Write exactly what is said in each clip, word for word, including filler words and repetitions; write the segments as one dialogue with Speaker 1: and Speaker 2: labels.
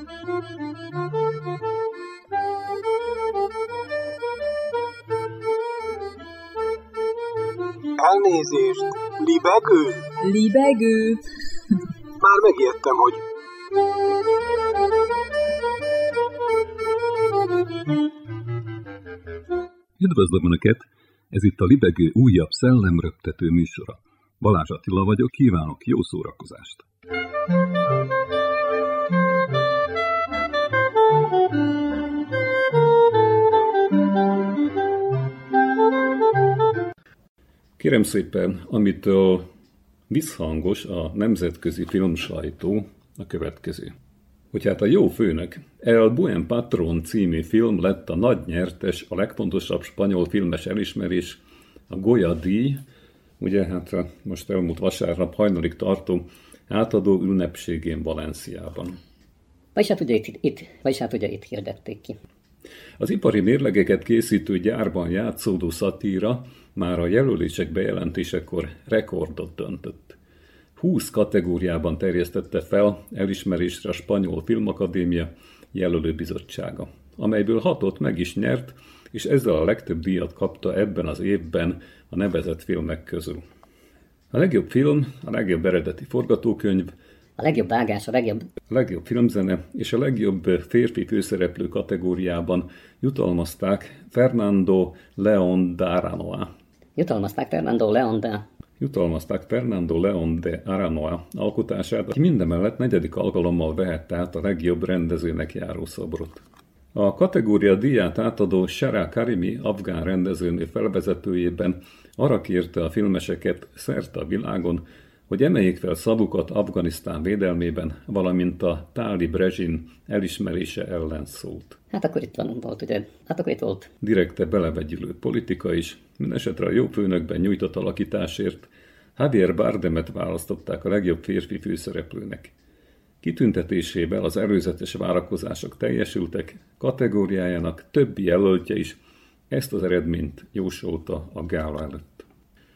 Speaker 1: Elnézést! Libegő?
Speaker 2: Libegő?
Speaker 1: Már megijedtem, hogy...
Speaker 3: Üdvözlöm Önöket! Ez itt a Libegő újabb szellemröptető műsora. Balázs Attila vagyok, kívánok jó szórakozást! Kérem szépen, amitől visszhangos a nemzetközi filmsajtó, a következő. Hogy hát a jó főnök, El Buen Patrón című film lett a nagy nyertes, a legfontosabb spanyol filmes elismerés, a Goya-díj, ugye hát most elmúlt vasárnap hajnalig tartó átadó ünnepségén Valenciában.
Speaker 4: Vagyis hát ugye itt, itt, vagyis hát ugye itt hirdették ki.
Speaker 3: Az ipari mérlegeket készítő gyárban játszódó szatíra már a jelölések bejelentésekor rekordot döntött. húsz kategóriában terjesztette fel elismerésre a Spanyol Filmakadémia jelölőbizottsága, amelyből hatot meg is nyert, és ezzel a legtöbb díjat kapta ebben az évben a nevezett filmek közül. A legjobb film, a legjobb eredeti forgatókönyv,
Speaker 4: a legjobb vágás, a legjobb...
Speaker 3: a legjobb filmzene és a legjobb férfi főszereplő kategóriában jutalmazták Fernando León de Aranoa.
Speaker 4: Jutalmazták Fernando León de...
Speaker 3: Jutalmazták Fernando León de Aranoa alkotását, aki mindemellett negyedik alkalommal vehette át a legjobb rendezőnek járó szobrot. A kategória díját átadó Sara Karimi afgán rendezőnő felvezetőjében arra kérte a filmeseket szerte a világon, hogy emeljék fel szavukat Afganisztán védelmében, valamint a tálib rezsim elismerése ellen szólt.
Speaker 4: Hát akkor itt van, volt, ugye? Hát akkor itt volt.
Speaker 3: Direkte belevegyülő politika is, mindesetre a jó főnökben nyújtott alakításért Javier Bardemet választották a legjobb férfi főszereplőnek. Kitüntetésével az előzetes várakozások teljesültek, kategóriájának többi jelöltje is ezt az eredményt jósolta a gála előtt.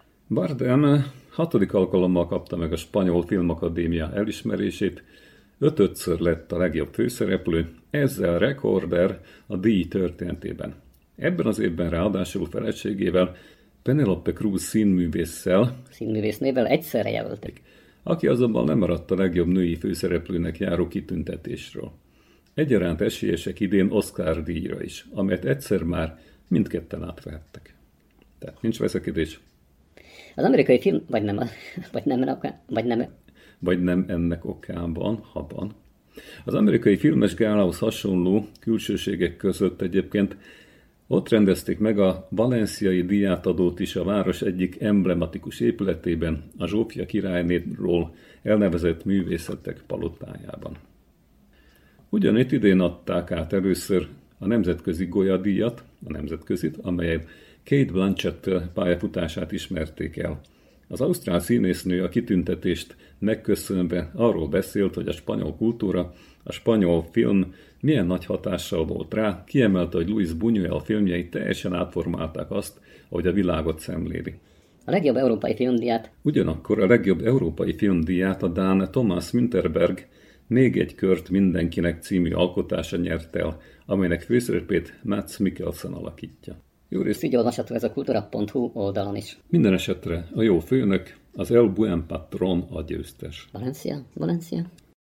Speaker 3: Bardem hatodik alkalommal kapta meg a Spanyol Filmakadémia elismerését, ötödször lett a legjobb főszereplő, ezzel rekorder a díj történetében. Ebben az évben ráadásul feleségével, Penélope Cruz színművésszel,
Speaker 4: színművésznével egyszerre jelölték,
Speaker 3: aki azonban nem maradt a legjobb női főszereplőnek járó kitüntetésről. Egyaránt esélyesek idén Oscar díjra is, amelyet egyszer már mindketten átvehettek. Tehát nincs veszekedés.
Speaker 4: Az amerikai film, vagy nem, vagy nem, vagy nem,
Speaker 3: vagy nem ennek okában, haban. Az amerikai filmes gálához hasonló külsőségek között egyébként ott rendezték meg a valenciai díjátadót is a város egyik emblematikus épületében, a Zsófia királynéról elnevezett művészetek palotájában. Ugyanitt idén adták át először a nemzetközi Goya-díjat, a nemzetközit, amelyet Cate Blanchett pályafutását ismerték el. Az ausztrál színésznő a kitüntetést megköszönve arról beszélt, hogy a spanyol kultúra, a spanyol film milyen nagy hatással volt rá, kiemelte, hogy Luis Buñuel filmjei teljesen átformálták azt, ahogy a világot szemléli.
Speaker 4: A legjobb európai filmdíját.
Speaker 3: Ugyanakkor a legjobb európai filmdíját a dán Thomas Winterberg Még egy kört mindenkinek című alkotása nyert el, amelynek főszerepét Mads Mikkelsen alakítja.
Speaker 4: Jó részt így olvasható ez a kultúra pont hu oldalon is.
Speaker 3: Minden esetre a jó főnök, az El Buen Patrón a győztes.
Speaker 4: Valencia, Valencia.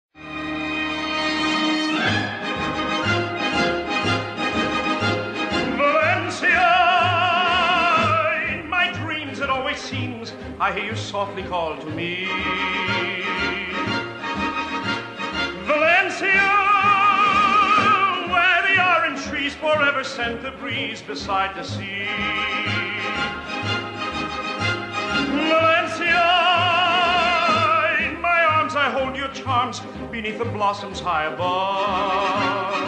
Speaker 5: Valencia, in my dreams it always seems I hear you softly call to me. Valencia, where the orange trees forever scent the breeze beside the sea. Valencia, in my arms I hold your charms beneath the blossoms high above.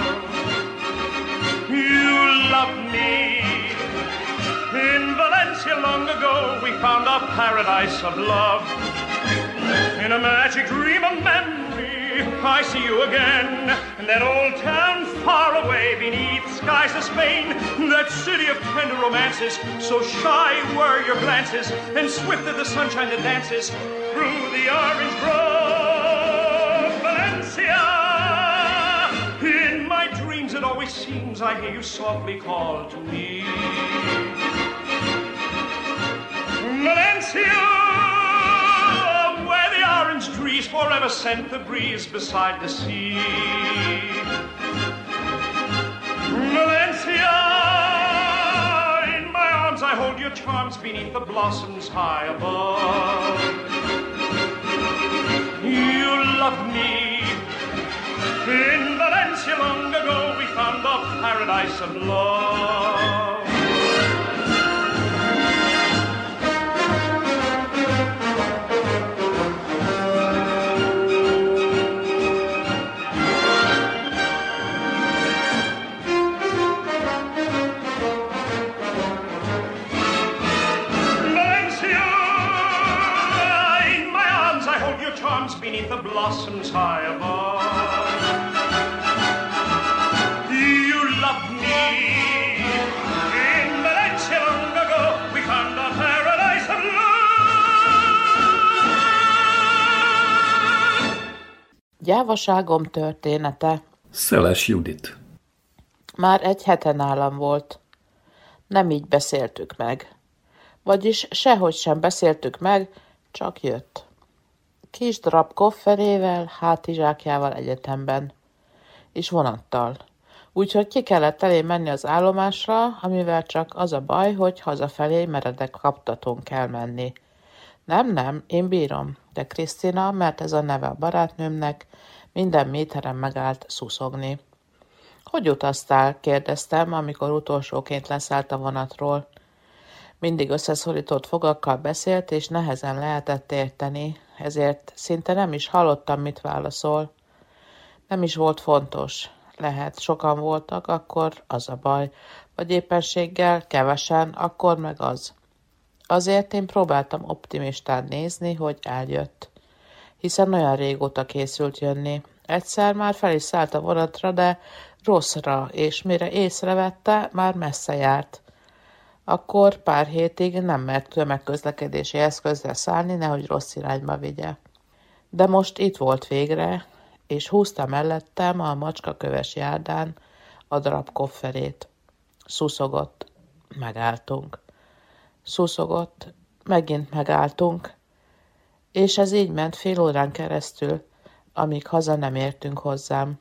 Speaker 5: You love me. In Valencia long ago we found our paradise of love. In a magic dream of memory I see you again, in that old town far away beneath skies of Spain, that city of tender romances, so shy were your glances, and swift as the sunshine that dances through the orange grove. Valencia, always seems I hear you softly call to me. Valencia, where the orange trees forever scent the breeze beside the sea. Valencia, in my arms I hold your charms beneath the blossoms high above. You loved me. In Valencia long ago we found a paradise of love. Beneath the blossoms high above, you loved me. In Valencia long ago, we found a paradise of love.
Speaker 2: Gyávaságom története.
Speaker 3: Szeles Judit.
Speaker 2: Már egy hete nálam volt. Nem így beszéltük meg. Vagyis sehogy sem beszéltük meg, csak jött. Kis darab kofferével, hátizsákjával egyetemben, és vonattal. Úgyhogy ki kellett elé menni az állomásra, amivel csak az a baj, hogy hazafelé meredek kaptatón kell menni. Nem, nem, én bírom, de Krisztina, mert ez a neve a barátnőmnek, minden méteren megállt szuszogni. Hogy utaztál? Kérdeztem, amikor utolsóként leszállt a vonatról. Mindig összeszorított fogakkal beszélt, és nehezen lehetett érteni, ezért szinte nem is hallottam, mit válaszol. Nem is volt fontos. Lehet, sokan voltak, akkor az a baj, vagy éppenséggel kevesen, akkor meg az. Azért én próbáltam optimistán nézni, hogy eljött. Hiszen olyan régóta készült jönni. Egyszer már fel is szállt a vonatra, de rosszra, és mire észrevette, már messze járt. Akkor pár hétig nem mert tömegközlekedési eszközre szállni, nehogy rossz irányba vigye. De most itt volt végre, és húzta mellettem a macskaköves járdán a darab kofferét. Szuszogott. Megálltunk. Szuszogott. Megint megálltunk. És ez így ment fél órán keresztül, amíg haza nem értünk hozzám.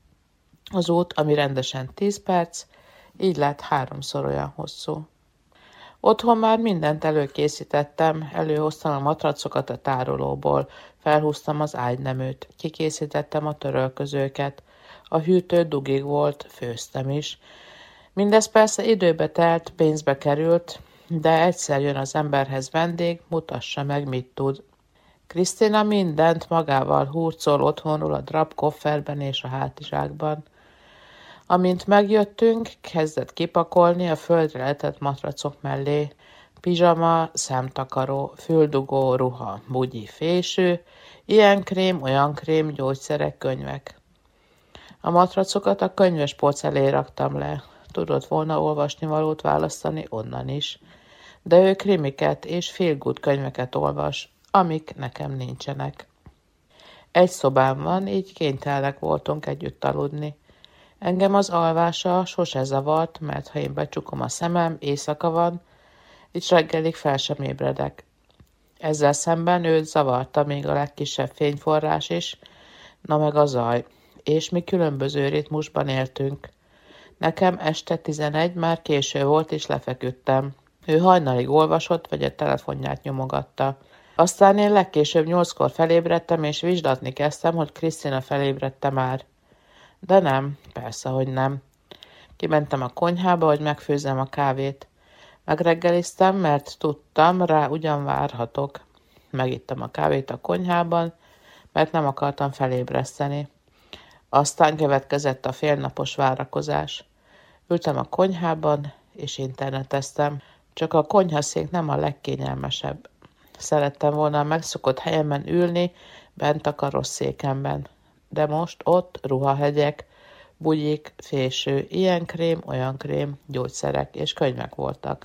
Speaker 2: Az út, ami rendesen tíz perc, így lett háromszor olyan hosszú. Otthon már mindent előkészítettem, előhoztam a matracokat a tárolóból, felhúztam az ágyneműt, kikészítettem a törölközőket, a hűtő dugig volt, főztem is. Mindez persze időbe telt, pénzbe került, de egyszer jön az emberhez vendég, mutassa meg, mit tud. Krisztina mindent magával hurcol otthonról a drap kofferben és a hátizsákban. Amint megjöttünk, kezdett kipakolni a földre letett matracok mellé. Pizsama, szemtakaró, füldugó, ruha, bugyi, fésű, ilyen krém, olyan krém, gyógyszerek, könyvek. A matracokat a könyvespolc elé raktam le. Tudott volna olvasnivalót választani onnan is. De ő krimiket és feel good könyveket olvas, amik nekem nincsenek. Egy szobám van, így kénytelenek voltunk együtt aludni. Engem az alvása sose zavart, mert ha én becsukom a szemem, éjszaka van, és reggelig fel sem ébredek. Ezzel szemben őt zavarta még a legkisebb fényforrás is, na meg a zaj, és mi különböző ritmusban éltünk. Nekem este tizenegy már késő volt, és lefeküdtem. Ő hajnalig olvasott, vagy a telefonját nyomogatta. Aztán én legkésőbb nyolckor felébredtem, és vizslatni kezdtem, hogy Krisztina felébredte már. De nem, persze, hogy nem. Kimentem a konyhába, hogy megfőzzem a kávét. Megreggeliztem, mert tudtam, rá ugyan várhatok. Megittem a kávét a konyhában, mert nem akartam felébreszteni. Aztán következett a félnapos várakozás. Ültem a konyhában, és interneteztem. Csak a konyhaszék nem a legkényelmesebb. Szerettem volna a megszokott helyemen ülni, bent a karosszékemben. De most ott ruhahegyek, bugyik, fésű, ilyen krém, olyan krém, gyógyszerek és könyvek voltak.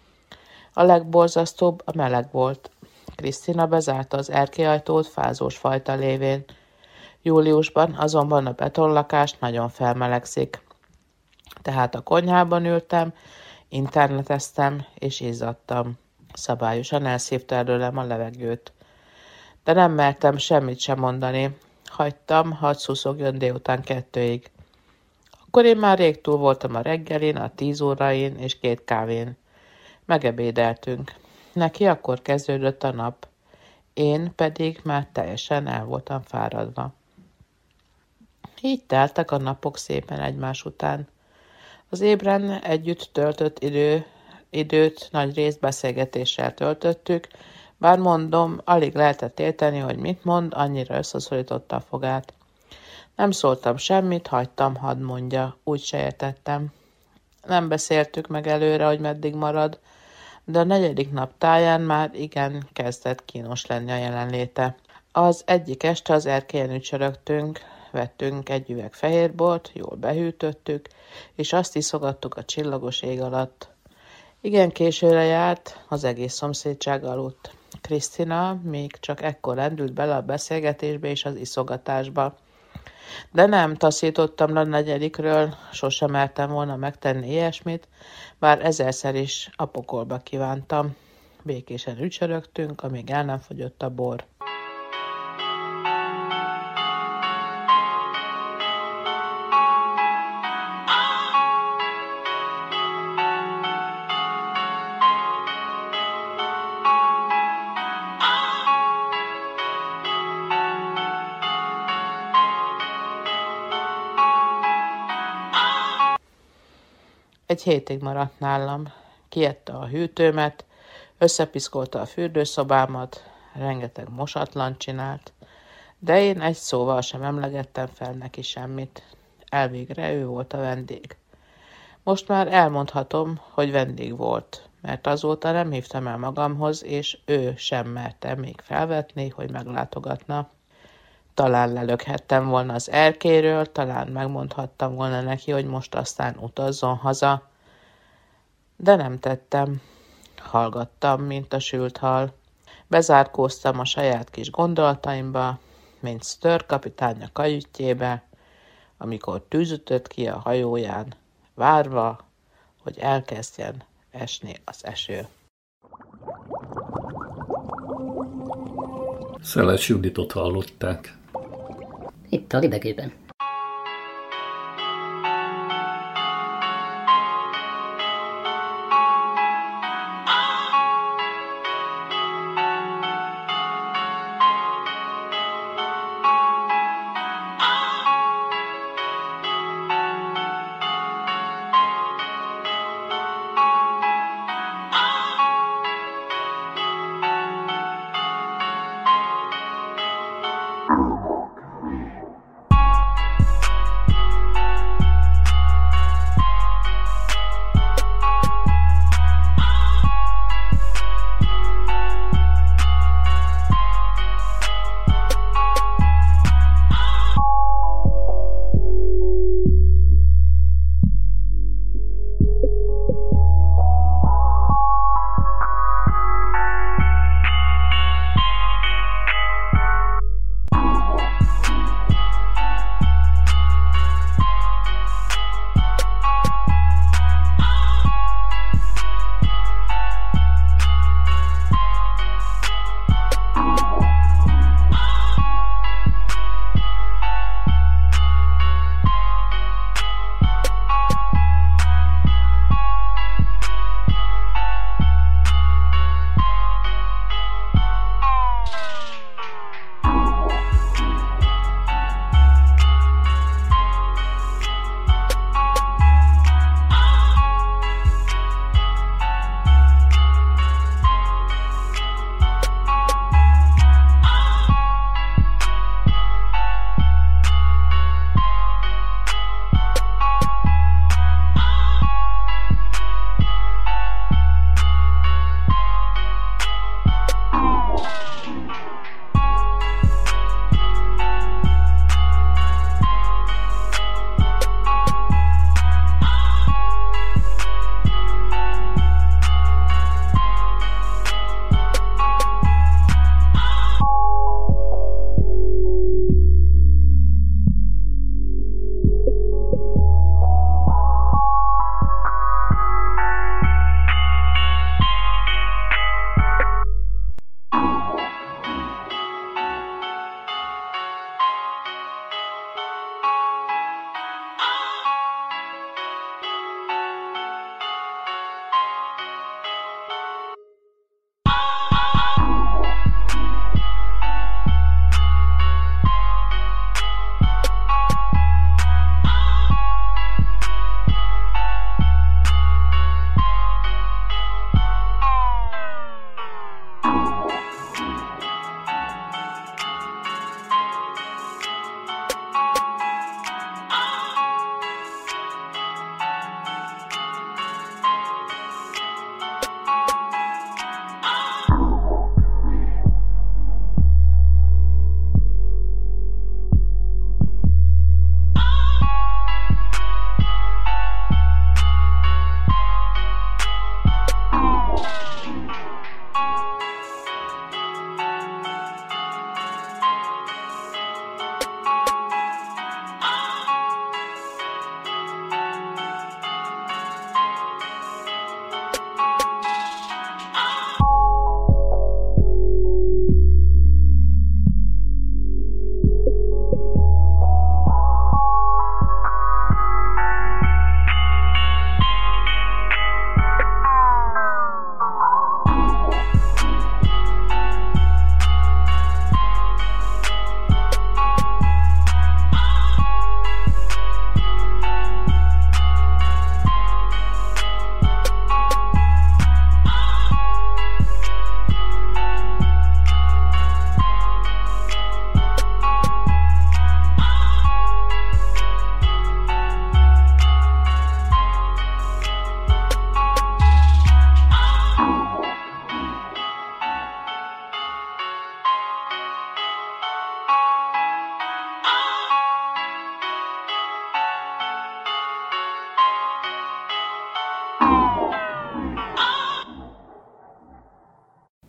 Speaker 2: A legborzasztóbb a meleg volt. Krisztina bezárta az erkélyajtót fázós fajta lévén. Júliusban azonban a betonlakás nagyon felmelegszik. Tehát a konyhában ültem, interneteztem és izzadtam. Szabályosan elszívta előlem a levegőt. De nem mertem semmit sem mondani. Hagytam, hadd szuszogjon délután kettőig. Akkor én már rég túl voltam a reggelin, a tíz órain és két kávén. Megebédeltünk. Neki akkor kezdődött a nap. Én pedig már teljesen el voltam fáradva. Így teltek a napok szépen egymás után. Az ébren együtt töltött idő, időt nagy részt beszélgetéssel töltöttük, bár mondom, alig lehetett érteni, hogy mit mond, annyira összeszorította a fogát. Nem szóltam semmit, hagytam, hadd mondja, úgy se értettem. Nem beszéltük meg előre, hogy meddig marad, de a negyedik nap táján már igen kezdett kínos lenni a jelenléte. Az egyik este az erkélyen ücsörögtünk, vettünk egy üveg fehérbort, jól behűtöttük, és azt iszogattuk a csillagos ég alatt. Igen későre járt, az egész szomszédság aludt. Krisztina még csak ekkor lendült bele a beszélgetésbe és az iszogatásba. De nem taszítottam le a negyedikről, sosem mertem volna megtenni ilyesmit, bár ezerszer is a pokolba kívántam. Békésen ücsörögtünk, amíg el nem fogyott a bor. Egy hétig maradt nálam, kiette a hűtőmet, összepiszkolta a fürdőszobámat, rengeteg mosatlan csinált, de én egy szóval sem emlegettem fel neki semmit. Elvégre ő volt a vendég. Most már elmondhatom, hogy vendég volt, mert azóta nem hívtam el magamhoz, és ő sem merte még felvetni, hogy meglátogatna. Talán lelökhettem volna az erkéről, talán megmondhattam volna neki, hogy most aztán utazzon haza. De nem tettem. Hallgattam, mint a sült hal. Bezárkóztam a saját kis gondolataimba, mint Stör kapitány a kajütjébe, amikor tűzütött ki a hajóján, várva, hogy elkezdjen esni az eső.
Speaker 3: Szeles Juditot hallották.
Speaker 4: Itt a libegőben.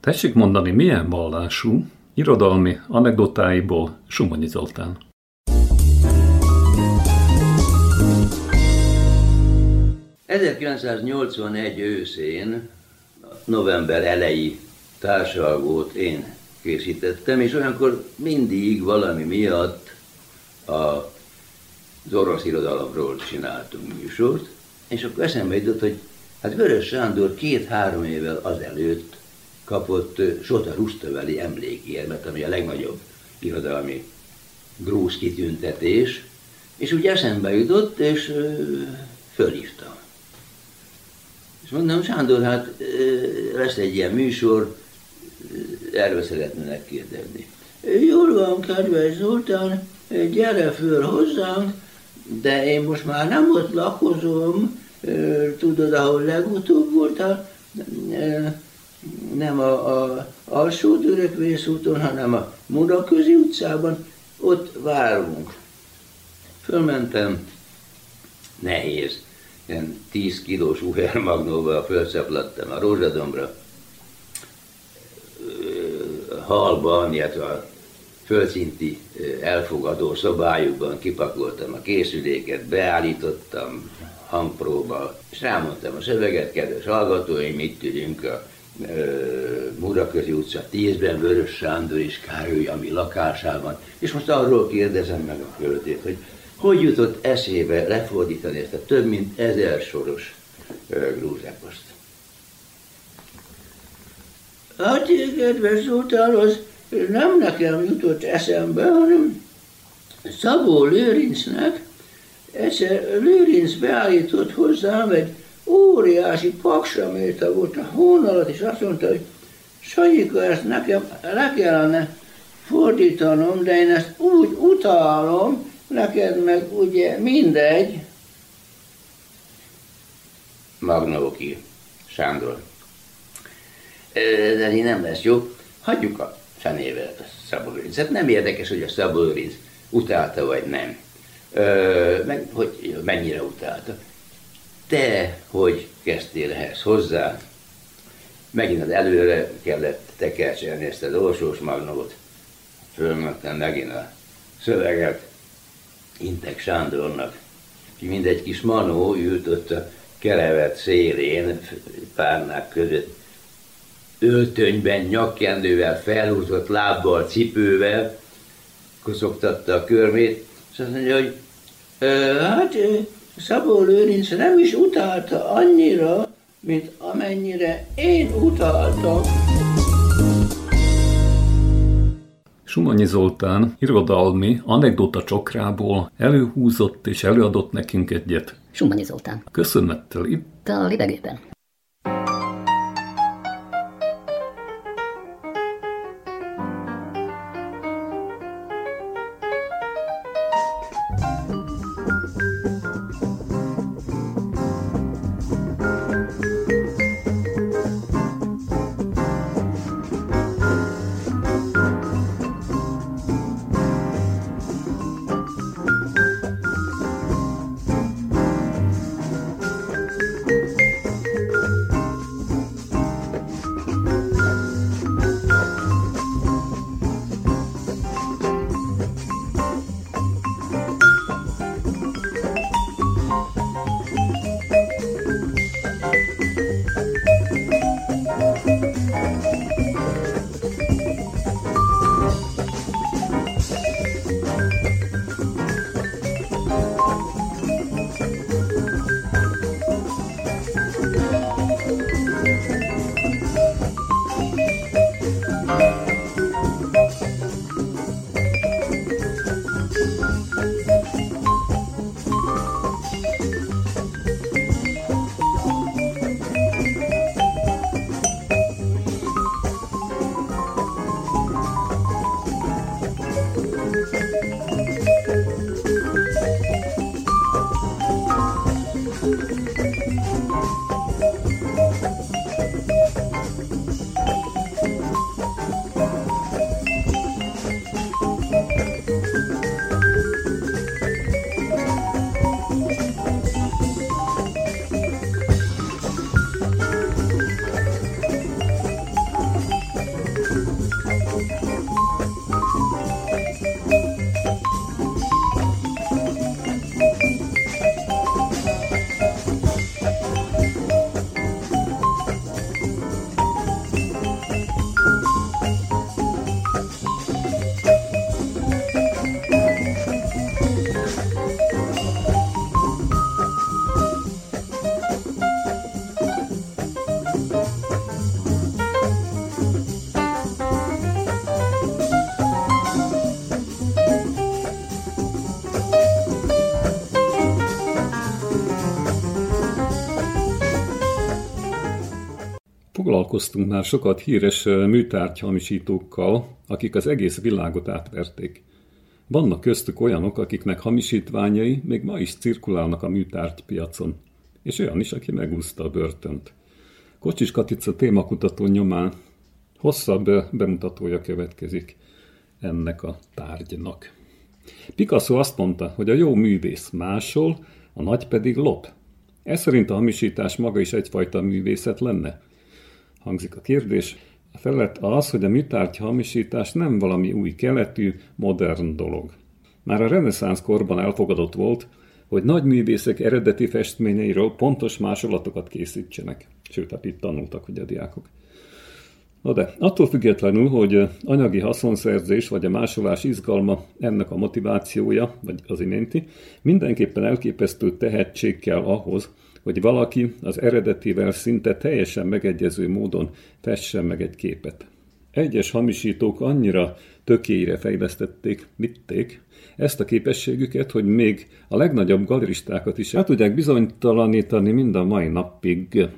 Speaker 3: Tessék mondani, milyen vallású, irodalmi anekdotáiból Somonyi Zoltán.
Speaker 6: ezerkilencszáznyolcvanegy őszén, november elejé társalgót én készítettem, és olyankor mindig valami miatt az orosz irodalomról csináltunk műsort, és akkor eszembe jutott, hogy hát Vörös Sándor két-három évvel azelőtt kapott Sota Rusztöveli emlékérmet, ami a legnagyobb irodalmi grúz kitüntetés, és úgy eszembe jutott, és ö, fölhívtam. És mondom, Sándor, hát ö, lesz egy ilyen műsor, erről szeretnének kérdezni. Jól van, kedves Zoltán, gyere föl hozzánk, de én most már nem ott lakozom, tudod, ahol legutóbb voltál, nem a, a alsó Törekvész úton, hanem a Mudaközi utcában, ott várunk. Fölmentem, nehéz, ilyen tíz kilós uhermagnóval fölszaplattam a Rózsadombra, halban, illetve a földszinti elfogadó szobájukban kipakoltam a készüléket, beállítottam hangpróba, és rámondtam a szöveget, kedves hallgatóim, mit tudjunk a Mudaközi utca tízben Vörös Sándor és Károly a mi lakásában. És most arról kérdezem meg a költőt, hogy hogy jutott eszébe lefordítani ezt a több mint ezer soros grúz eposzt. Hát, kedves Zoltán, az nem nekem jutott eszembe, hanem Szabó Lőrincnek. Egyszer Lőrinc beállított hozzám egy óriási paksaméta volt a hón alatt, és azt mondta, hogy Sanyika, ezt nekem le kellene fordítanom, de én ezt úgy utálom, neked meg ugye mindegy. Magnóki, Sándor. De nem lesz jó. Hagyjuk a fenével a Szabó Lőrincet. Nem érdekes, hogy a Szabó Lőrinc utálta vagy nem. Ö, meg hogy mennyire utálta. Te hogy kezdtél ehhez hozzá? Megint az előre kellett tekercselni ezt az orsós magnót. Fölmentem megint a szöveget Intek Sándornak. Mindegy kis manó ült ott a kerevet szélén, párnák között, öltönyben, nyakkendővel, felhúzott lábbal, cipővel, koszogtatta a körmét, és azt mondja, hogy hát Szabó Lőrinc nem is utálta annyira, mint amennyire én utáltam.
Speaker 3: Somonyi Zoltán irodalmi anekdota csokrából előhúzott és előadott nekünk egyet.
Speaker 4: Somonyi Zoltán.
Speaker 3: Köszönettel itt
Speaker 4: a Libegőben.
Speaker 3: foglalkoztunk már sokat híres műtárgyhamisítókkal, akik az egész világot átverték. Vannak köztük olyanok, akiknek hamisítványai még ma is cirkulálnak a műtárgypiacon, és olyan is, aki megúszta a börtönt. Kocsis Katica témakutató nyomán hosszabb bemutatója következik ennek a tárgynak. Picasso azt mondta, hogy a jó művész másol, a nagy pedig lop. Ez szerint a hamisítás maga is egyfajta művészet lenne? Hangzik a kérdés. A felelet az, hogy a műtárgy hamisítás nem valami új keletű, modern dolog. Már a reneszánsz korban elfogadott volt, hogy nagy művészek eredeti festményeiről pontos másolatokat készítsenek. Sőt, hát itt tanultak ugye a diákok. Na de, attól függetlenül, hogy anyagi haszonszerzés vagy a másolás izgalma ennek a motivációja, vagy az iménti, mindenképpen elképesztő tehetség kell ahhoz, hogy valaki az eredetivel szinte teljesen megegyező módon fessen meg egy képet. Egyes hamisítók annyira tökélyre fejlesztették, vitték ezt a képességüket, hogy még a legnagyobb galeristákat is el tudják bizonytalanítani mind a mai napig.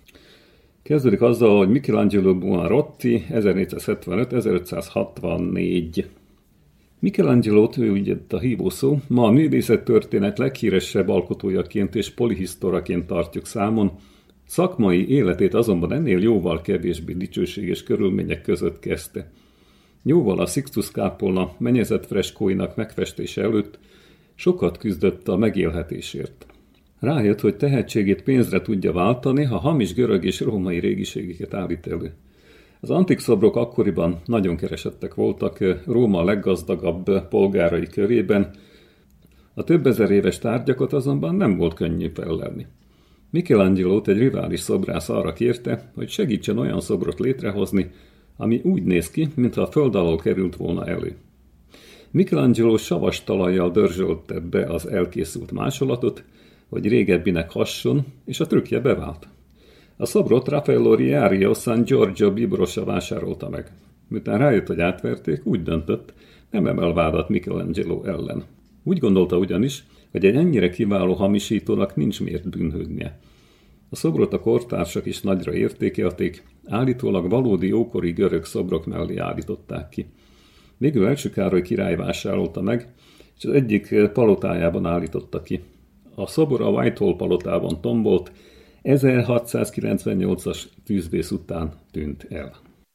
Speaker 3: Kezdődik azzal, hogy Michelangelo Buonarroti ezernégyszázhetvenöt ezerötszázhatvannégy. Michelangelo-t, ő ugye a hívószó, ma a művészettörténet leghíresebb alkotójaként és polihisztoraként tartjuk számon, szakmai életét azonban ennél jóval kevésbé dicsőséges körülmények között kezdte. Jóval a Sixtus kápolna mennyezett freskóinak megfestése előtt sokat küzdött a megélhetésért. Rájött, hogy tehetségét pénzre tudja váltani, ha hamis görög és római régiségeket állít elő. Az antik szobrok akkoriban nagyon keresettek voltak Róma leggazdagabb polgárai körében, a több ezer éves tárgyakat azonban nem volt könnyű fellelni. Michelangelo-t egy rivális szobrász arra kérte, hogy segítsen olyan szobrot létrehozni, ami úgy néz ki, mintha a föld alól került volna elő. Michelangelo savas talajjal dörzsölte be az elkészült másolatot, hogy régebbinek hasson, és a trükkje bevált. A szobrot Raffaello Riario San Giorgio bíborosa vásárolta meg. Miután rájött, hogy átverték, úgy döntött, nem emel vádat Michelangelo ellen. Úgy gondolta ugyanis, hogy egy ennyire kiváló hamisítónak nincs miért bűnhődnie. A szobrot a kortársak is nagyra értékelték, állítólag valódi ókori görög szobrok mellé állították ki. Végül első Károly király vásárolta meg, és az egyik palotájában állította ki. A szobor a Whitehall palotában tombolt, ezerhatszázkilencvennyolcas tűzvész után tűnt el.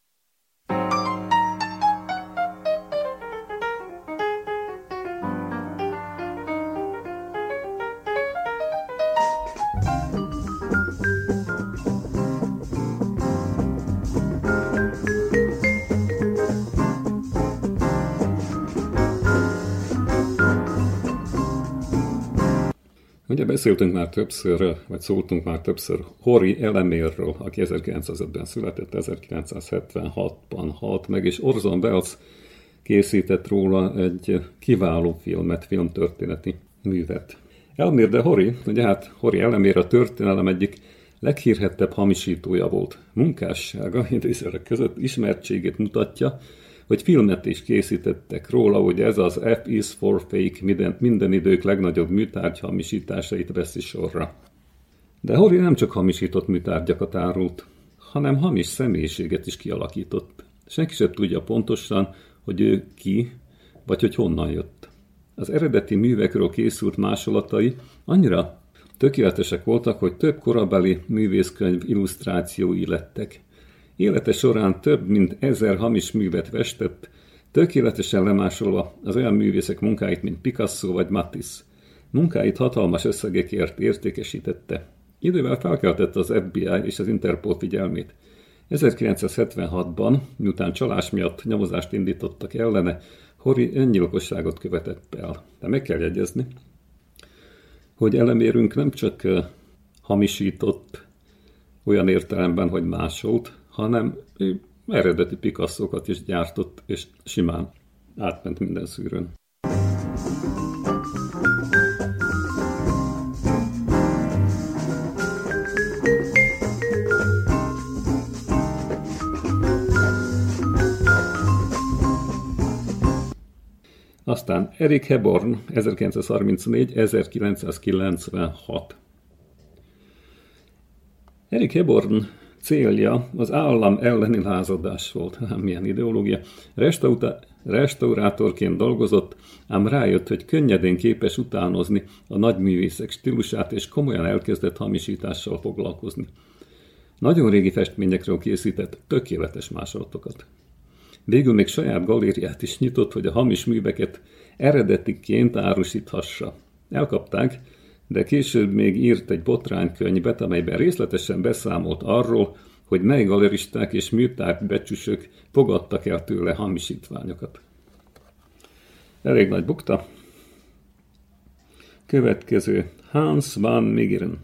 Speaker 3: Ugye beszéltünk már többször, vagy szóltunk már többször Hori Elemérről, aki ezerkilencszázötben született, ezerkilencszázhetvenhatban halt meg, és Orson Welles készített róla egy kiváló filmet, filmtörténeti művet. Elmér de Hori, ugye hát Hori Elemér a történelem egyik leghírhettebb hamisítója volt. Munkássága idézőjelek között ismertségét mutatja, hogy filmet is készítettek róla, hogy ez az F is for Fake minden, minden idők legnagyobb műtárgy hamisításait veszi sorra. De Hori nem csak hamisított műtárgyakat árult, hanem hamis személyiséget is kialakított. Senki sem tudja pontosan, hogy ő ki, vagy hogy honnan jött. Az eredeti művekről készült másolatai annyira tökéletesek voltak, hogy több korabeli művészkönyv illusztrációi lettek. Élete során több mint ezer hamis művet festett, tökéletesen lemásolva az olyan művészek munkáit, mint Picasso vagy Matisse. Munkáit hatalmas összegekért értékesítette. Idővel felkeltette az F B I és az Interpol figyelmét. ezerkilencszázhetvenhatban, miután csalás miatt nyomozást indítottak ellene, Hori öngyilkosságot követett el. De meg kell jegyezni, hogy Elemérünk nem csak hamisított olyan értelemben, hogy másolt, hanem eredeti Picasso-kat is gyártott, és simán átment minden szűrőn. Aztán Eric Hebborn, ezerkilencszázharmincnégy ezerkilencszázkilencvenhat. Eric Hebborn célja az állam elleni lázadás volt, ám milyen ideológia. Restauta- restaurátorként dolgozott, ám rájött, hogy könnyedén képes utánozni a nagyművészek stílusát, és komolyan elkezdett hamisítással foglalkozni. Nagyon régi festményekről készített tökéletes másolatokat. Végül még saját galériát is nyitott, hogy a hamis műveket eredetiként árusíthassa. Elkapták, de később még írt egy botránykönyvet, amelyben részletesen beszámolt arról, hogy mely galeristák és műtárgybecsüsök fogadtak el tőle hamisítványokat. Elég nagy bukta. Következő Hans van Meegeren,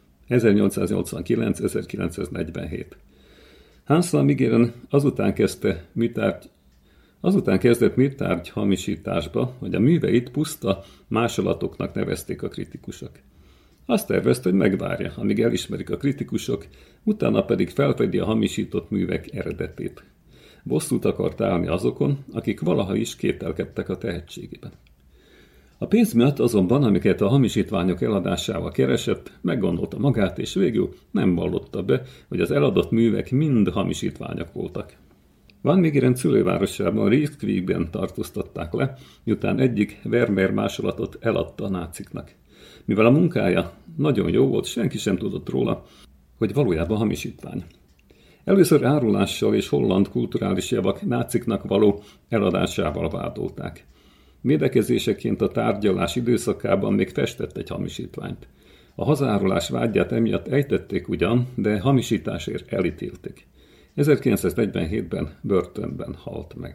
Speaker 3: ezernyolcszáznyolcvankilenc-ezerkilencszáznegyvenhét. Hans van Meegeren azután kezdte műtárgy, azután kezdett műtárgy hamisításba, hogy a műveit puszta másolatoknak nevezték a kritikusok. Azt tervezte, hogy megvárja, amíg elismerik a kritikusok, utána pedig felfedi a hamisított művek eredetét. Bosszút akart állni azokon, akik valaha is kételkedtek a tehetségében. A pénz miatt azonban, amiket a hamisítványok eladásával keresett, meggondolta magát, és végül nem vallotta be, hogy az eladott művek mind hamisítványok voltak. Van Meegeren szülővárosában Rijswijkben tartóztatták le, miután egyik Vermeer másolatot eladta a náciknak. Mivel a munkája nagyon jó volt, senki sem tudott róla, hogy valójában hamisítvány. Először árulással és holland kulturális javak náciknak való eladásával vádolták. Védekezéseként a tárgyalás időszakában még festett egy hamisítványt. A hazárulás vágyát emiatt ejtették ugyan, de hamisításért elítélték. ezerkilencszáznegyvenhétben börtönben halt meg.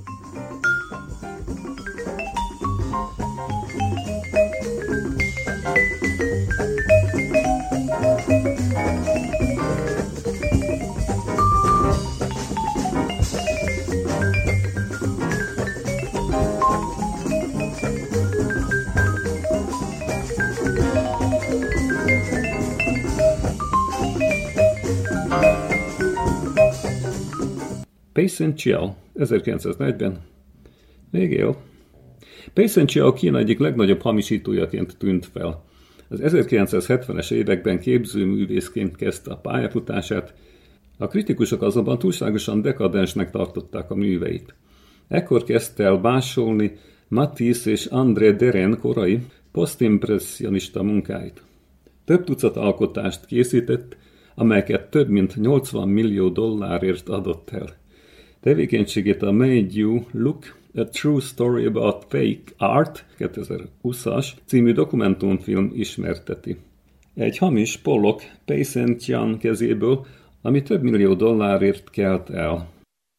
Speaker 3: Pei Hsen-chiao, ezerkilencszáznegyven. Még él. Pei Hsen-chiao Kína egyik legnagyobb hamisítójaként tűnt fel. Az ezerkilencszázhetvenes években képzőművészként kezdte a pályafutását, a kritikusok azonban túlságosan dekadensnek tartották a műveit. Ekkor kezdte el másolni Matisse és André Derain korai, posztimpresszionista munkáit. Több tucat alkotást készített, amelyeket több mint nyolcvan millió dollárért adott el. Tevékenységét a Made You Look, A True Story About Fake Art kétezer-húszas című dokumentumfilm ismerteti. Egy hamis Pollock Pei Hsen-chiao kezéből, ami több millió dollárért kelt el.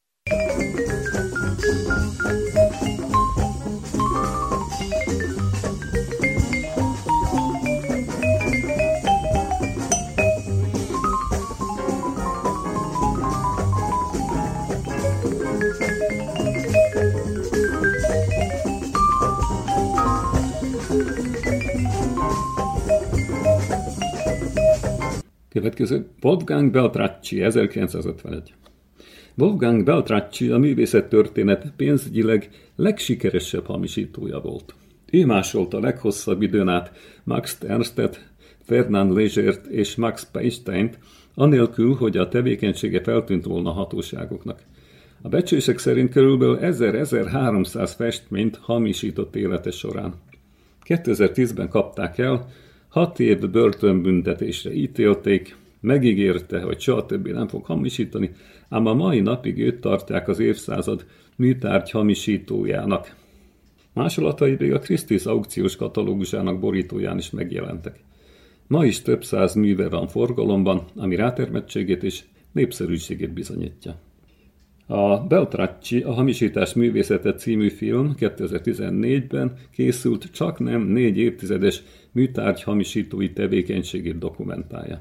Speaker 3: Következő Wolfgang Beltracchi, ezerkilencszázötvenegy. Wolfgang Beltracchi a művészettörténet pénzügyileg legsikeresebb hamisítója volt. Ő másolta a leghosszabb időn át Max Ernstet, Fernand Légert és Max Pechsteint, anélkül, hogy a tevékenysége feltűnt volna a hatóságoknak. A becslések szerint körülbelül ezer-ezerháromszáz festményt hamisított élete során. kétezer-tízben kapták el, hat év börtönbüntetésre ítélték, megígérte, hogy soha többé nem fog hamisítani, ám a mai napig őt tartják az évszázad műtárgy hamisítójának. Másolatai még a Christie's aukciós katalógusának borítóján is megjelentek. Ma is több száz műve van forgalomban, ami rátermettségét és népszerűségét bizonyítja. A Beltracchi, a hamisítás művészete című film kétezer-tizennégyben készült, csak nem négy évtizedes műtárgy hamisítói tevékenységét dokumentálja.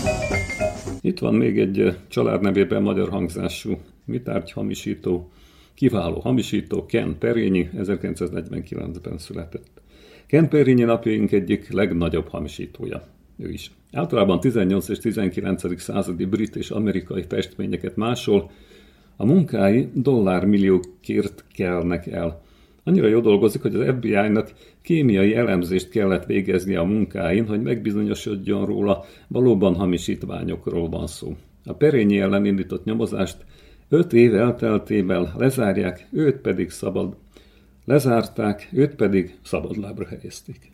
Speaker 3: Itt van még egy családnevében magyar hangzású műtárgy hamisító, kiváló hamisító Ken Perényi ezerkilencszáznegyvenkilencben született. Ken Perényi napjaink egyik legnagyobb hamisítója. Ő is. Általában tizennyolcadika és tizenkilencedik századi brit és amerikai festményeket másol, a munkái dollármilliókért kelnek el. Annyira jól dolgozik, hogy az ef bé i-nak kémiai elemzést kellett végeznie a munkáin, hogy megbizonyosodjon róla, valóban hamisítványokról van szó. A Perényi ellen indított nyomozást öt év elteltével lezárják, őt pedig szabad. Lezárták, őt pedig szabadlábra helyezték.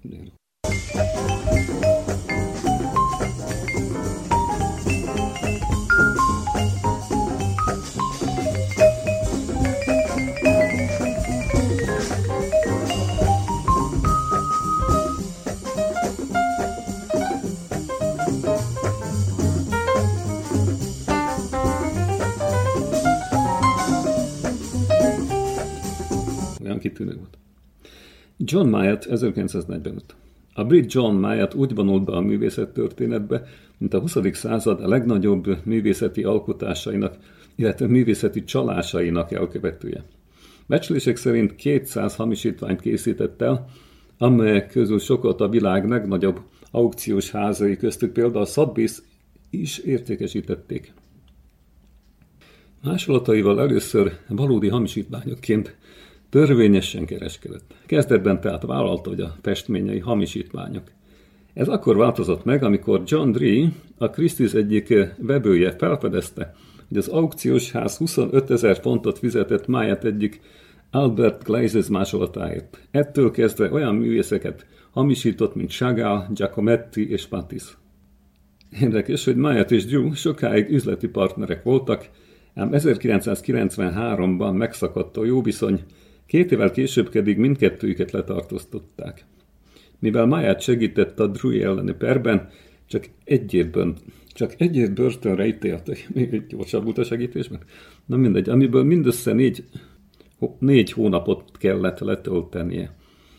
Speaker 3: Kitűnő volt. John Mayat ezerkilencszáznegyvenöt. A brit John Mayat úgy vonult be a művészettörténetbe, mint a huszadik század legnagyobb művészeti alkotásainak, illetve művészeti csalásainak elkövetője. Becslések szerint kétszáz hamisítványt készített el, amelyek közül sokat a világ legnagyobb aukciós házai, köztük például a Sotheby's is értékesítették. Másolataival először valódi hamisítványokként törvényesen kereskedett. Kezdetben tehát vállalta, hogy a festményei hamisítványok. Ez akkor változott meg, amikor John Dree, a Christie's egyik vevője felfedezte, hogy az aukciós ház huszonötezer fontot fizetett Mayat egyik Albert Glazes másolatáért. Ettől kezdve olyan művészeket hamisított, mint Chagall, Giacometti és Matisse. Érdekes, hogy Mayat és Dree sokáig üzleti partnerek voltak, ám ezerkilencszázkilencvenháromban megszakadt a jó viszony, két évvel később pedig mindkettőjüket letartóztatták. Mivel Mayat segített a Dree elleni perben, csak egy évben, csak egy év börtönre ítéltek. Még gyorsabb volt a segítésben? Na mindegy, amiből mindössze négy, négy hónapot kellett letöltenie.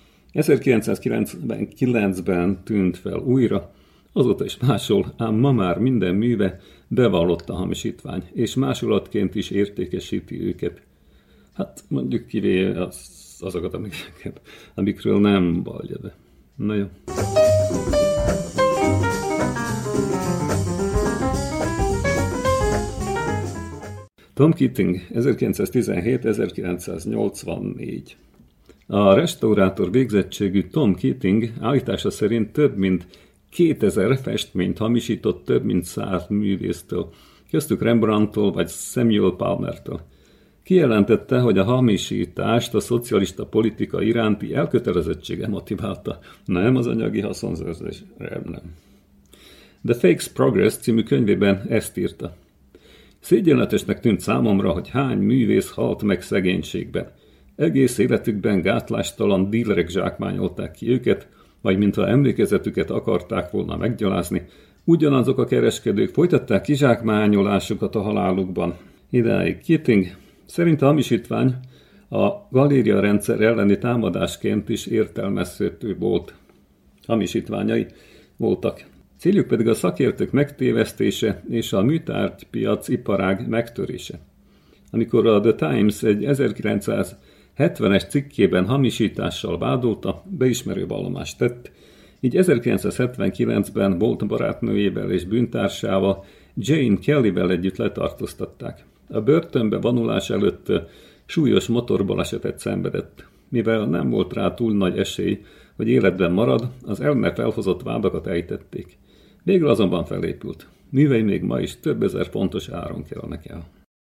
Speaker 3: ezerkilencszázkilencvenkilencben tűnt fel újra, azóta is másol, ám ma már minden műve bevallott a hamisítvány, és másolatként is értékesíti őket. Hát mondjuk kivéve az, azokat, amiket, amikről nem vallja be. Na jó. Tom Keating, ezerkilencszáztizenhét ezerkilencszáznyolcvannégy. A restaurátor végzettségű Tom Keating állítása szerint több mint kétezer festményt hamisított több mint száz művésztől, köztük Rembrandttól vagy Samuel Palmertől. Kijelentette, hogy a hamisítást a szocialista politika iránti elkötelezettsége motiválta, nem az anyagi haszonszerzés, nem. The Fakes Progress című könyvében ezt írta. Szégyenletesnek tűnt számomra, hogy hány művész halt meg szegénységben. Egész életükben gátlástalan dílerek zsákmányolták ki őket, vagy mintha emlékezetüket akarták volna meggyalázni, ugyanazok a kereskedők folytatták kizsákmányolásukat a halálukban. Idáig Keating szerint a hamisítvány a galéria rendszer elleni támadásként is értelmezhető volt. Hamisítványai voltak. Céljuk pedig a szakértők megtévesztése és a műtárgypiac iparág megtörése. Amikor a The Times egy ezerkilencszázhetvenes cikkében hamisítással vádolta, beismerő vallomást tett, így ezerkilencszázhetvenkilencben volt barátnőjével és bűntársával, Jane Kellyvel együtt letartóztatták. A börtönbe vonulás előtt súlyos motorbalesetet szenvedett. Mivel nem volt rá túl nagy esély, hogy életben marad, az ellene felhozott vádakat ejtették. Végül azonban felépült. Művei még ma is több ezer fontos áron kelnek el.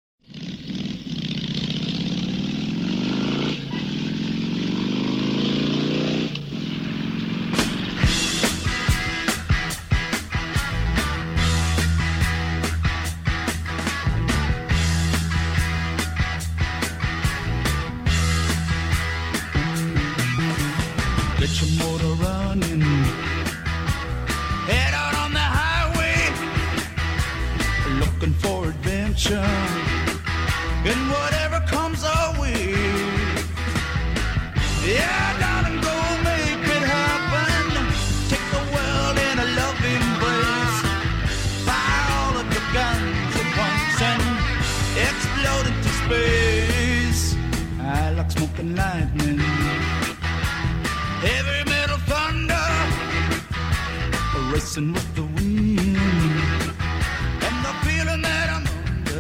Speaker 7: Get your motor running, head out on the highway, looking for adventure, and whatever comes our way. Yeah, darling, go make it happen. Take the world in a loving embrace. Fire all of your guns at once and explode into space. and lightning, heavy metal thunder, racing with the wind, and the feeling that I'm under.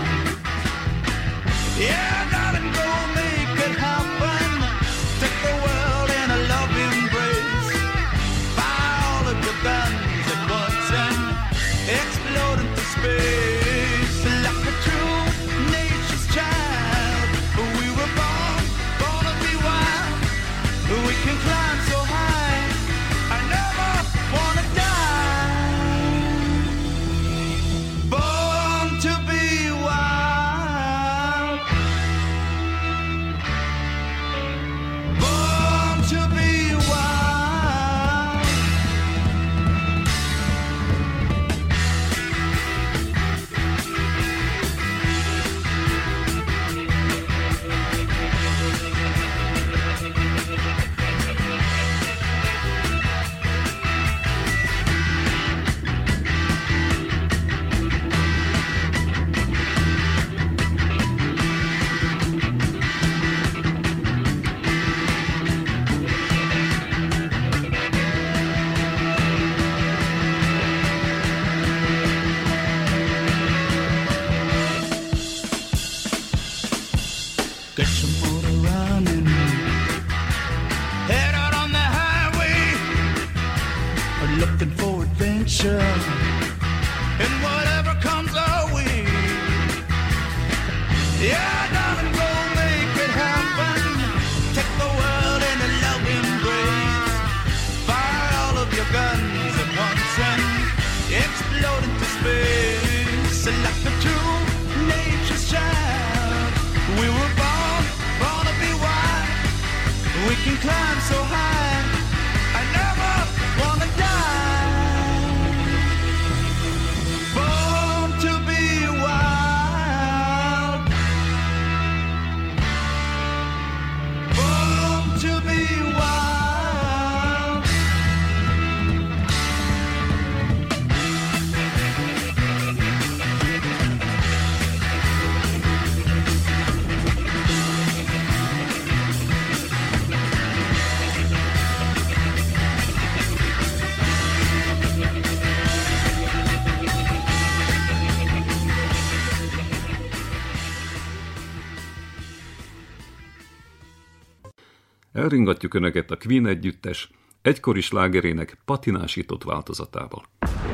Speaker 7: Yeah, darling, go make it happen. Take the world in a love embrace. Fire all of your guns at once and explode into space like a true nature's child. We were born, born to be wild. We can climb so high. I never wanna die. Born to be wild. Born to be wild. Get your motor running. Head out on the highway. We're looking for adventure. And whatever comes our way. Yeah, darling, go make it happen. Take the world in a love embrace. Fire all of your guns at once and explode into space like a true nature's child. We were born, born to be wild. We can climb so high. I never wanna die. Born to be wild. Born to be wild.
Speaker 3: Elringatjuk Önöket a Queen együttes egykori slágerének patinásított változatával.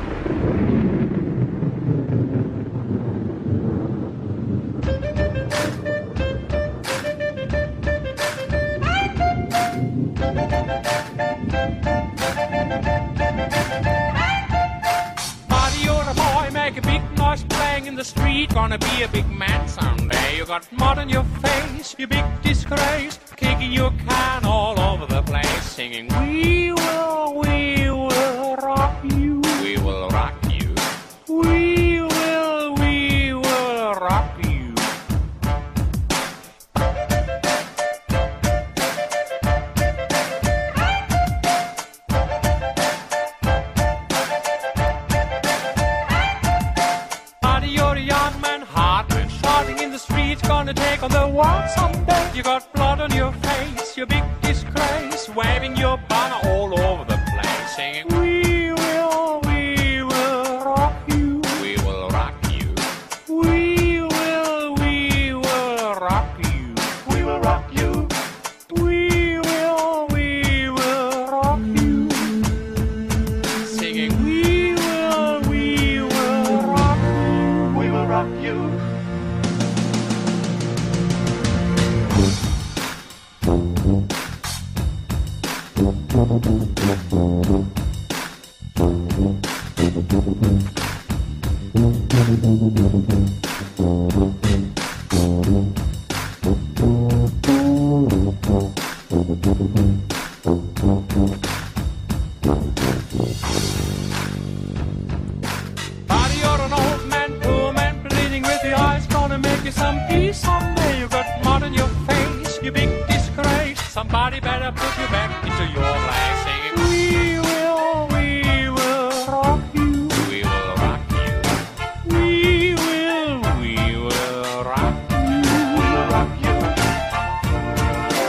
Speaker 8: Buddy, you're a boy, make a big noise playing in the street. Gonna be a big man someday. You got mud on your face, you big disgrace. Kicking your can all over the place, singing, we will, we will rock you. We will rock you. We will, we will rock you. Buddy, you're a young man, hard man, shouting in the street, gonna take on the world someday. You got blood on your face, your big disgrace, waving your banner all over the place, singing, we will, we will rock you. We will rock you. We will, we will rock you. We will rock you. We will, we will rock you. Singing, we will, we will rock you. We will rock you. Buddy, you're an old man, poor man, bleeding with the eyes, gonna make you some peace someday. You got mud on your face, you big disgrace. Somebody better put you back into your place, singing, we will, we will rock you. We will rock you. We will, we will rock you. We will rock you.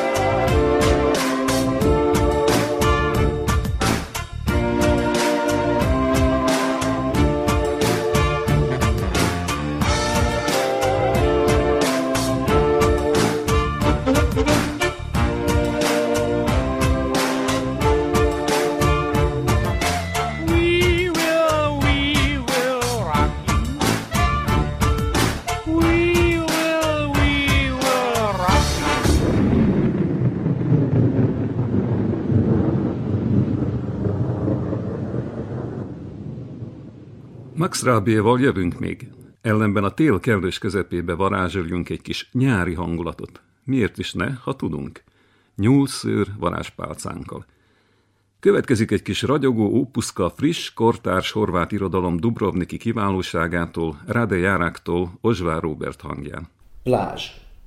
Speaker 3: Max Rabiéval jövünk még. Ellenben a tél kellős közepébe varázsoljunk egy kis nyári hangulatot. Miért is ne, ha tudunk? Nyúlszőr varázspálcánkkal. Következik egy kis ragyogó ópuszka friss, kortárs horvát irodalom dubrovniki kiválóságától, Rade Járáktól, Ozsvár Róbert hangján.
Speaker 9: Plázs.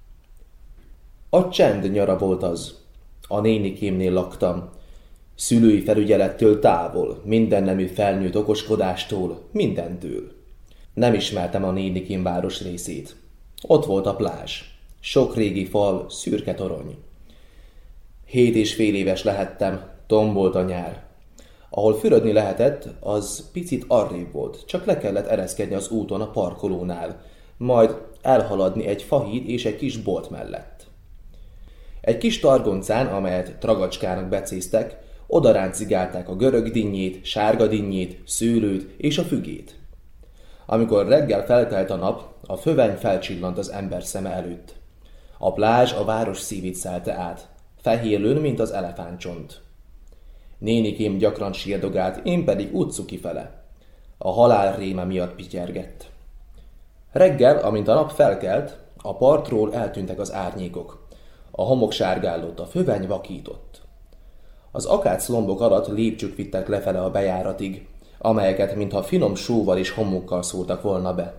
Speaker 9: A csend nyara volt az. A nénikémnél laktam. Szülői felügyelettől távol, mindennemű felnőtt okoskodástól, mindentől. Nem ismertem a nénikém város részét. Ott volt a plázs. Sok régi fal, szürke torony. Hét és fél éves lehettem, tombolt a nyár. Ahol fürödni lehetett, az picit arrébb volt, csak le kellett ereszkedni az úton a parkolónál, majd elhaladni egy fahíd és egy kis bolt mellett. Egy kis targoncán, amelyet tragacskának becéztek, oda ráncigálták a görög dinnyét, sárga dinnyét, szőlőt és a fügét. Amikor reggel felkelt a nap, a föveny felcsillant az ember szeme előtt. A plázs a város szívét szelte át, fehérlőn, mint az elefántcsont. Nénikém gyakran sírdogált, én pedig utcu kifele. A halál réme miatt pityergett. Reggel, amint a nap felkelt, a partról eltűntek az árnyékok. A homok sárgállott, a föveny vakított. Az akáclombok alatt lépcsők vittek lefele a bejáratig, amelyeket mintha finom sóval és homokkal szóltak volna be.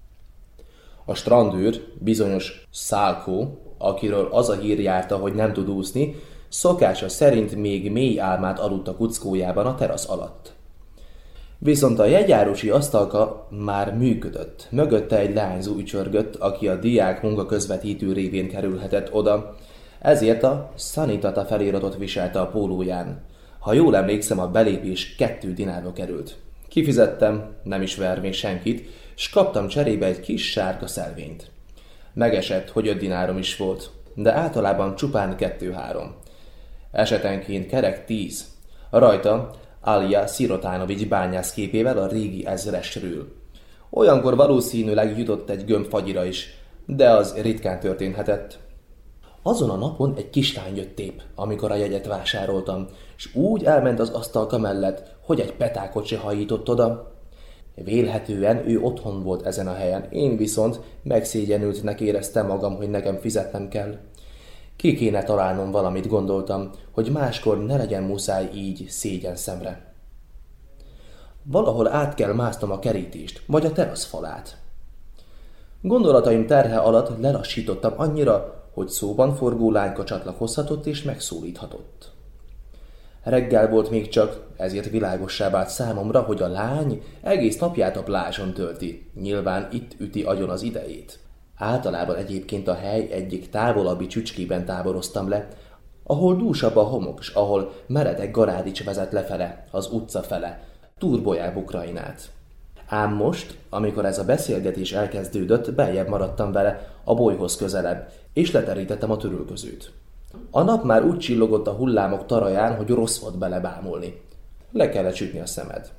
Speaker 9: A strandőr, bizonyos Szálkó, akiről az a hír járta, hogy nem tud úszni, szokása szerint még mély álmát aludt a kuckójában a terasz alatt. Viszont a jegyárusi asztalka már működött, mögötte egy leányzó ücsörgött, aki a diák munka közvetítő révén kerülhetett oda, ezért a Sanitata feliratot viselte a pólóján. Ha jól emlékszem, a belépés kettő dinárba került. Kifizettem, nem is vervén senkit, s kaptam cserébe egy kis sárga szelvényt. Megesett, hogy öt dinárom is volt, de általában csupán kettő-három. Esetenként kerek tíz. Rajta Alja Szirotánovics bányász képével a régi ezresről. Olyankor valószínűleg jutott egy gömb fagyira is, de az ritkán történhetett. Azon a napon egy kislány jött épp, amikor a jegyet vásároltam, s úgy elment az asztalka mellett, hogy egy petákot se hajított oda. Vélhetően ő otthon volt ezen a helyen, én viszont megszégyenültnek éreztem magam, hogy nekem fizetnem kell. Ki kéne találnom valamit, gondoltam, hogy máskor ne legyen muszáj így szégyen szemre. Valahol át kell másznom a kerítést, vagy a teraszfalát. Gondolataim terhe alatt lelassítottam annyira, hogy szóban forgó lányka csatlakozhatott és megszólíthatott. Reggel volt még csak, ezért világossá vált számomra, hogy a lány egész napját a plázson tölti, nyilván itt üti agyon az idejét. Általában egyébként a hely egyik távolabbi csücskében táboroztam le, ahol dúsabb a homok, s ahol meredek garádics vezet lefele, az utca fele, turbolják Ukrajnát. Ám most, amikor ez a beszélgetés elkezdődött, beljebb maradtam vele, a bolyhoz közelebb, és leterítettem a törülközőt. A nap már úgy csillogott a hullámok taraján, hogy rossz volt belebámulni. Le kellett sütni a szemed.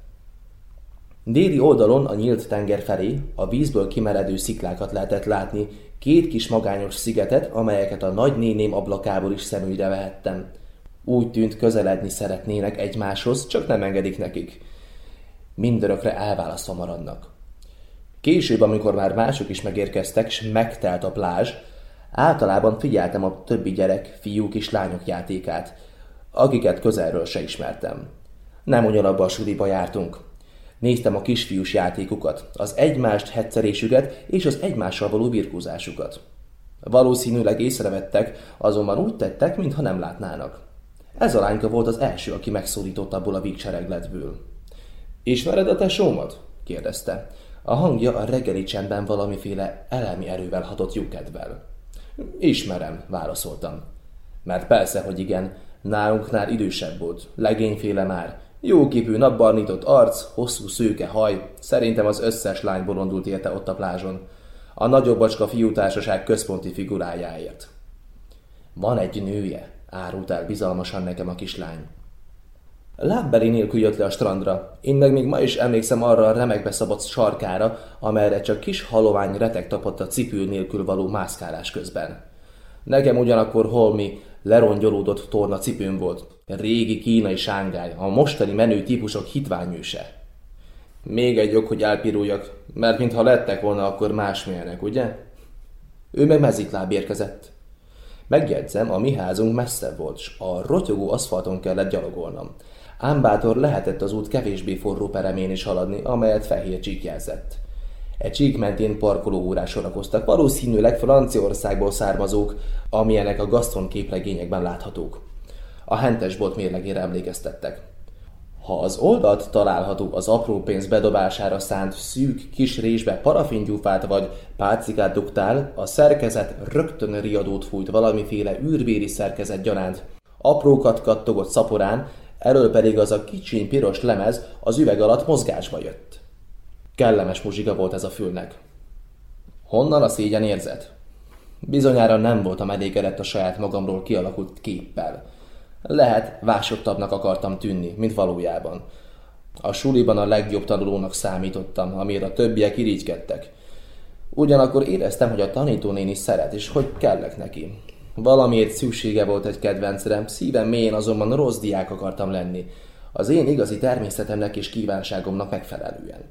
Speaker 9: Déli oldalon a nyílt tenger felé a vízből kimeredő sziklákat lehetett látni, két kis magányos szigetet, amelyeket a nagynéném ablakából is szemügyre vehettem. Úgy tűnt, közeledni szeretnének egymáshoz, csak nem engedik nekik. Mindörökre elválasztva maradnak. Később, amikor már mások is megérkeztek, s megtelt a plázs, általában figyeltem a többi gyerek, fiúk és lányok játékát, akiket közelről se ismertem. Nem ugyanabba a suliba jártunk. Néztem a kisfiús játékukat, az egymást heccerésüket és az egymással való birkózásukat. Valószínűleg észrevettek, azonban úgy tettek, mintha nem látnának. Ez a lányka volt az első, aki megszólított abból a vígseregletből. Ismered a tesómat? Kérdezte. A hangja a reggeli csendben valamiféle elemi erővel hatott jókedvel. Ismerem, válaszoltam. Mert persze, hogy igen, nálunknál idősebb volt, legényféle már. Jóképű, napbarnított arc, hosszú szőke haj, szerintem az összes lány bolondult érte ott a plázson. A nagyobbacska fiútársaság központi figurájáért. Van egy nője, árult el bizalmasan nekem a kislány. Lábbeli nélkül jött le a strandra, én meg még ma is emlékszem arra a remekbe szabott sarkára, amelyre csak kis halovány retek tapott a cipő nélkül való mászkálás közben. Nekem ugyanakkor holmi lerongyolódott torna cipőm volt, régi kínai sángály, a mostani menő típusok hitványőse. Még egy ok, hogy elpiruljak, mert mintha lettek volna, akkor másmilyenek, ugye? Ő meg mezitláb érkezett. Megjegyzem, a mi házunk messze volt, s a rotyogó aszfalton kellett gyalogolnom. Ám bátor lehetett az út kevésbé forró peremén is haladni, amelyet fehér csík jelzett. E csík mentén parkolóórás sorakoztak, valószínűleg Franciaországból származók, amilyenek a Gaston képregényekben láthatók. A hentesbolt mérlegére emlékeztettek. Ha az oldalt található az apró pénz bedobására szánt szűk kis résbe parafingyúfát vagy pálcikát dugtál, a szerkezet rögtön riadót fújt valamiféle űrbéri szerkezet gyanánt. Aprókat kattogott szaporán, elől pedig az a kicsiny piros lemez az üveg alatt mozgásba jött. Kellemes muzsika volt ez a fülnek. Honnan a szégyen érzet? Bizonyára nem voltam elégedett a saját magamról kialakult képpel. Lehet, vásottabbnak akartam tűnni, mint valójában. A suliban a legjobb tanulónak számítottam, amire a többiek irigykedtek. Ugyanakkor éreztem, hogy a tanítónéni szeret, és hogy kellek neki. Valamiért szüksége volt egy kedvencre, szívem mélyén azonban rossz diák akartam lenni, az én igazi természetemnek és kívánságomnak megfelelően.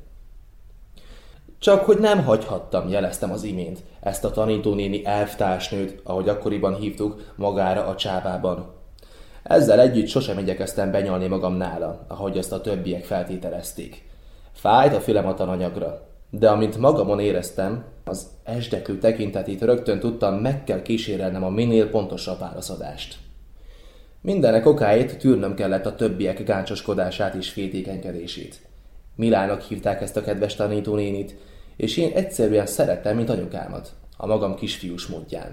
Speaker 9: Csak hogy nem hagyhattam, jeleztem az imént, ezt a tanítónéni elvtársnőt, ahogy akkoriban hívtuk, magára a csápában. Ezzel együtt sosem igyekeztem benyalni magam nála, ahogy azt a többiek feltételezték. Fájt a fülem a tananyagra, de amint magamon éreztem, az esdeklő tekintetét rögtön tudtam, meg kell kísérelnem a minél pontosabb válaszadást. Mindenek okáért tűrnöm kellett a többiek gáncsoskodását és féltékenykedését. Milának hívták ezt a kedves tanítónénit, és én egyszerűen szerettem, mint anyukámat, a magam kisfiús módján.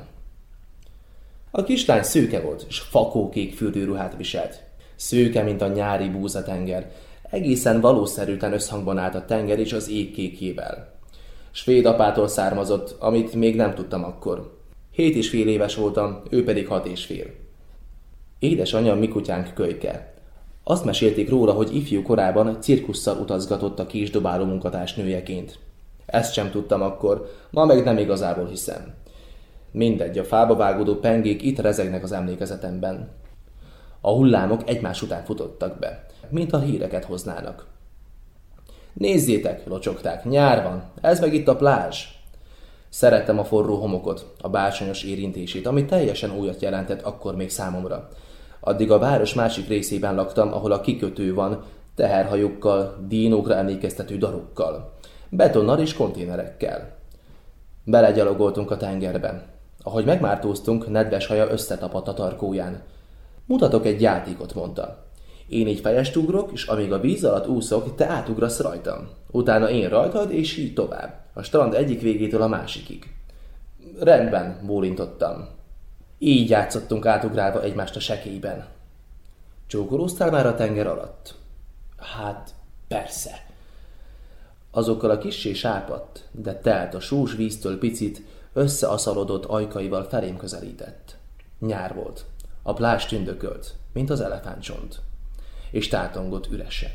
Speaker 9: A kislány szőke volt, és fakókék fürdőruhát viselt. Szőke, mint a nyári búzatenger. Egészen valószerűtlen összhangban állt a tenger és az ég kékjével. Svéd apától származott, amit még nem tudtam akkor. Hét és fél éves voltam, ő pedig hat és fél. Édesanyja mi kutyánk Kölyke. Azt mesélték róla, hogy ifjú korában cirkusszal utazgatott a kisdobáló munkatárs nőjeként. Ezt sem tudtam akkor, ma meg nem igazából hiszem. Mindegy, a fába vágódó pengék itt rezegnek az emlékezetemben. A hullámok egymás után futottak be, mint a híreket hoznának. Nézzétek, locsogták, nyár van, ez meg itt a plázs. Szerettem a forró homokot, a bársonyos érintését, ami teljesen újat jelentett akkor még számomra. Addig a város másik részében laktam, ahol a kikötő van, teherhajókkal, dínókra emlékeztető darokkal, betonnal és konténerekkel. Belegyalogoltunk a tengerben. Ahogy megmártóztunk, nedves haja összetapadt a tarkóján. Mutatok egy játékot, mondta. Én így fejest ugrok, és amíg a víz alatt úszok, te átugrasz rajtam. Utána én rajtad, és így tovább. A strand egyik végétől a másikig. Rendben, bólintottam. Így játszottunk átugrálva egymást a sekélyben. Csókolóztál már a tenger alatt? Hát, persze. Azokkal a kissé sápadt, de telt a sós víztől picit, összeaszalodott ajkaival felém közelített. Nyár volt. A plázs tündökölt, mint az elefántcsont, és tátongott üresen.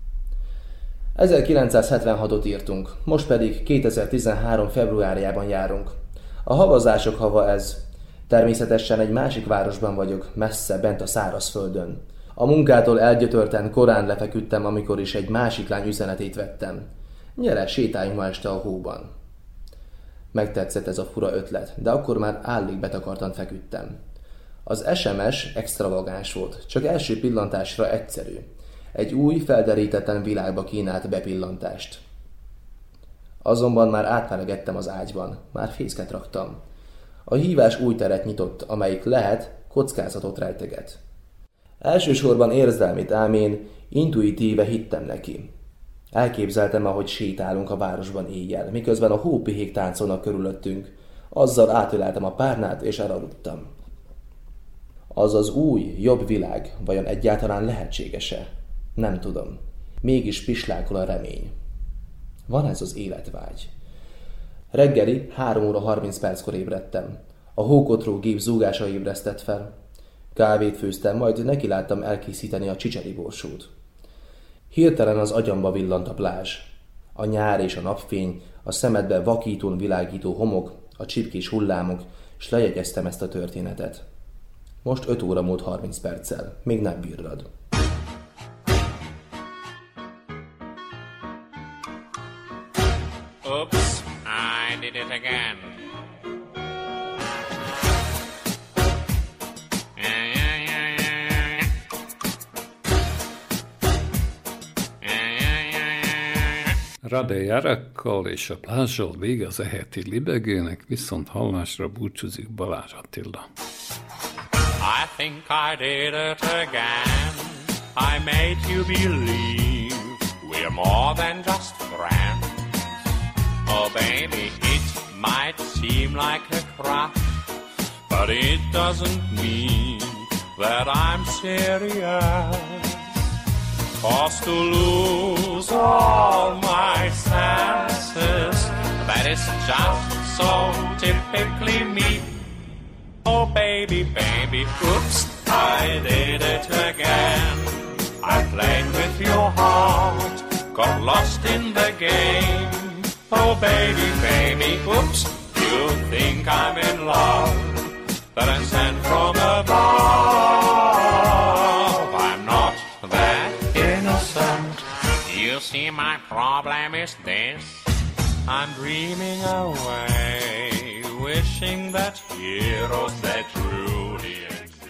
Speaker 9: ezerkilencszázhetvenhatot írtunk, most pedig kétezer-tizenhárom februárjában járunk. A havazások hava ez. Természetesen egy másik városban vagyok, messze bent a szárazföldön. A munkától elgyötörten korán lefeküdtem, amikor is egy másik lány üzenetét vettem. Gyere, sétáljunk ma este a hóban. Megtetszett ez a fura ötlet, de akkor már állig betakartan feküdtem. Az es em es extravagáns volt, csak első pillantásra egyszerű. Egy új, felderítetlen világba kínált bepillantást. Azonban már átfelegettem az ágyban, már fészket raktam. A hívás új teret nyitott, amelyik lehet, kockázatot rejteget. Elsősorban érzelmit, ám én intuitíve hittem neki. Elképzeltem, ahogy sétálunk a városban éjjel, miközben a hópihék táncolnak körülöttünk. Azzal átöleltem a párnát, és elaludtam. Az az új, jobb világ vajon egyáltalán lehetséges-e? Nem tudom. Mégis pislákol a remény. Van ez az életvágy. Reggeli három óra harminc perckor ébredtem. A hókotró gép zúgása ébresztett fel. Kávét főztem, majd nekiláttam elkészíteni a csicseri borsót. Hirtelen az agyamba villant a plázs. A nyár és a napfény, a szemedbe vakítón világító homok, a csipkés hullámok, s lejegyeztem ezt a történetet. Most öt óra múlt harminc perccel, még nem virrad.
Speaker 8: Oops, I did it again.
Speaker 3: Rade Járakkal és a plázsal vége az eheti libegőnek, viszont hallásra búcsúzik Balázs Attila.
Speaker 8: I think I did it again. I made you believe we're more than just friends. Oh baby, it might seem like a crush, but it doesn't mean that I'm serious. Cause to lose all my senses, that is just so typically me. Oh baby, baby, oops, I did it again. I played with your heart, got lost in the game. Oh baby, baby, oops, you think I'm in love, that I'm sent from above. I'm not that innocent. You see, my problem is this: I'm dreaming away, wishing that heroes that true